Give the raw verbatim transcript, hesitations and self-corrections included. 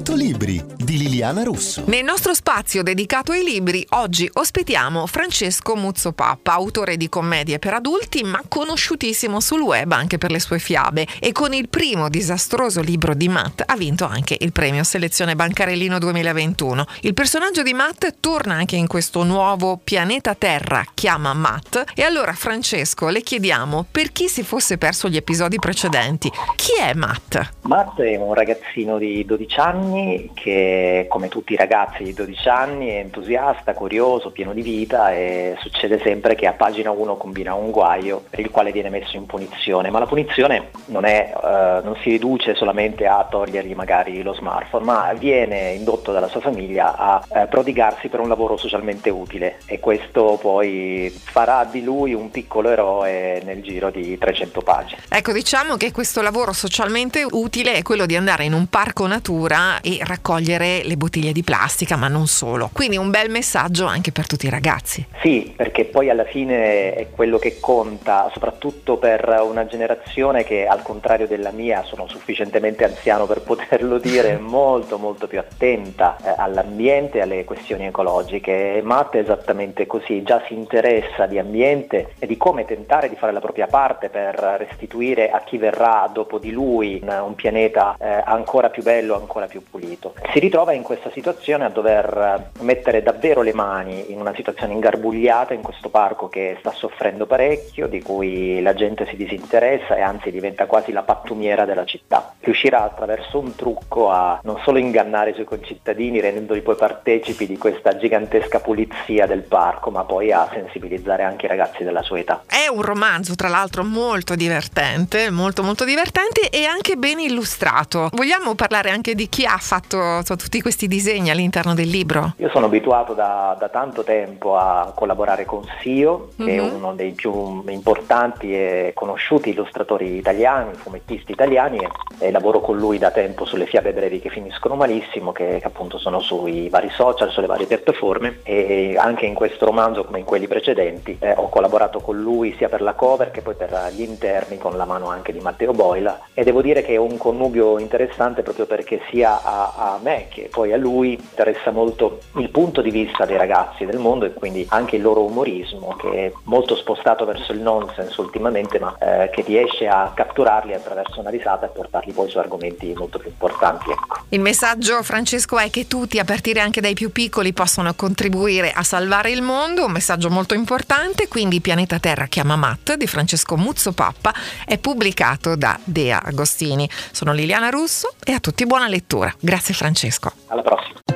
Dedicato Libri di Liliana Russo. Nel nostro spazio dedicato ai libri, oggi ospitiamo Francesco Muzzo Pappa, autore di commedie per adulti, ma conosciutissimo sul web anche per le sue fiabe. E con il primo disastroso libro di Matt ha vinto anche il premio Selezione Bancarellino duemilaventuno. Il personaggio di Matt torna anche in questo nuovo Pianeta Terra, chiama Matt. E allora, Francesco, le chiediamo, per chi si fosse perso gli episodi precedenti, chi è Matt? Matt è un ragazzino di dodici anni che, come tutti i ragazzi di dodici anni, è entusiasta, curioso, pieno di vita, e succede sempre che a pagina uno combina un guaio per il quale viene messo in punizione, ma la punizione non, è, eh, non si riduce solamente a togliergli magari lo smartphone, ma viene indotto dalla sua famiglia a eh, prodigarsi per un lavoro socialmente utile, e questo poi farà di lui un piccolo eroe nel giro di trecento pagine. Ecco, diciamo che questo lavoro socialmente utile è quello di andare in un parco natura e raccogliere le bottiglie di plastica, ma non solo. Quindi un bel messaggio anche per tutti i ragazzi. Sì, perché poi alla fine è quello che conta, soprattutto per una generazione che, al contrario della mia, sono sufficientemente anziano per poterlo dire, è molto molto più attenta eh, all'ambiente e alle questioni ecologiche. Matt è esattamente così, già si interessa di ambiente e di come tentare di fare la propria parte per restituire a chi verrà dopo di lui un, un pianeta eh, ancora più bello, ancora più pulito. Si ritrova in questa situazione a dover mettere davvero le mani in una situazione ingarbugliata in questo parco che sta soffrendo parecchio, di cui la gente si disinteressa e anzi diventa quasi la pattumiera della città. Riuscirà attraverso un trucco a non solo ingannare i suoi concittadini rendendoli poi partecipi di questa gigantesca pulizia del parco, ma poi a sensibilizzare anche i ragazzi della sua età. È un romanzo tra l'altro molto divertente, molto molto divertente e anche ben illustrato. Vogliamo parlare anche di chi ha fatto so, tutti questi disegni all'interno del libro? Io sono abituato da, da tanto tempo a collaborare con Sio, che mm-hmm. è uno dei più importanti e conosciuti illustratori italiani, fumettisti italiani, e, e lavoro con lui da tempo sulle fiabe brevi che finiscono malissimo, che, che appunto sono sui vari social, sulle varie piattaforme, e anche in questo romanzo, come in quelli precedenti, eh, ho collaborato con lui sia per la cover che poi per gli interni, con la mano anche di Matteo Boila, e devo dire che è un connubio interessante proprio perché sia a, a me che poi a lui interessa molto il punto di vista dei ragazzi del mondo e quindi anche il loro umorismo, che è molto spostato verso il nonsense ultimamente, ma eh, che riesce a catturarli attraverso una risata e portarli poi su argomenti molto più importanti. Ecco. Il messaggio, Francesco, è che tutti, a partire anche dai più piccoli, possono contribuire a salvare il mondo, un messaggio molto importante. Quindi Pianeta Terra chiama Matt di Francesco Muzzo Pappa è pubblicato da Dea Agostini. Sono Liliana Russo e a tutti buona lettura. Grazie Francesco. Alla prossima.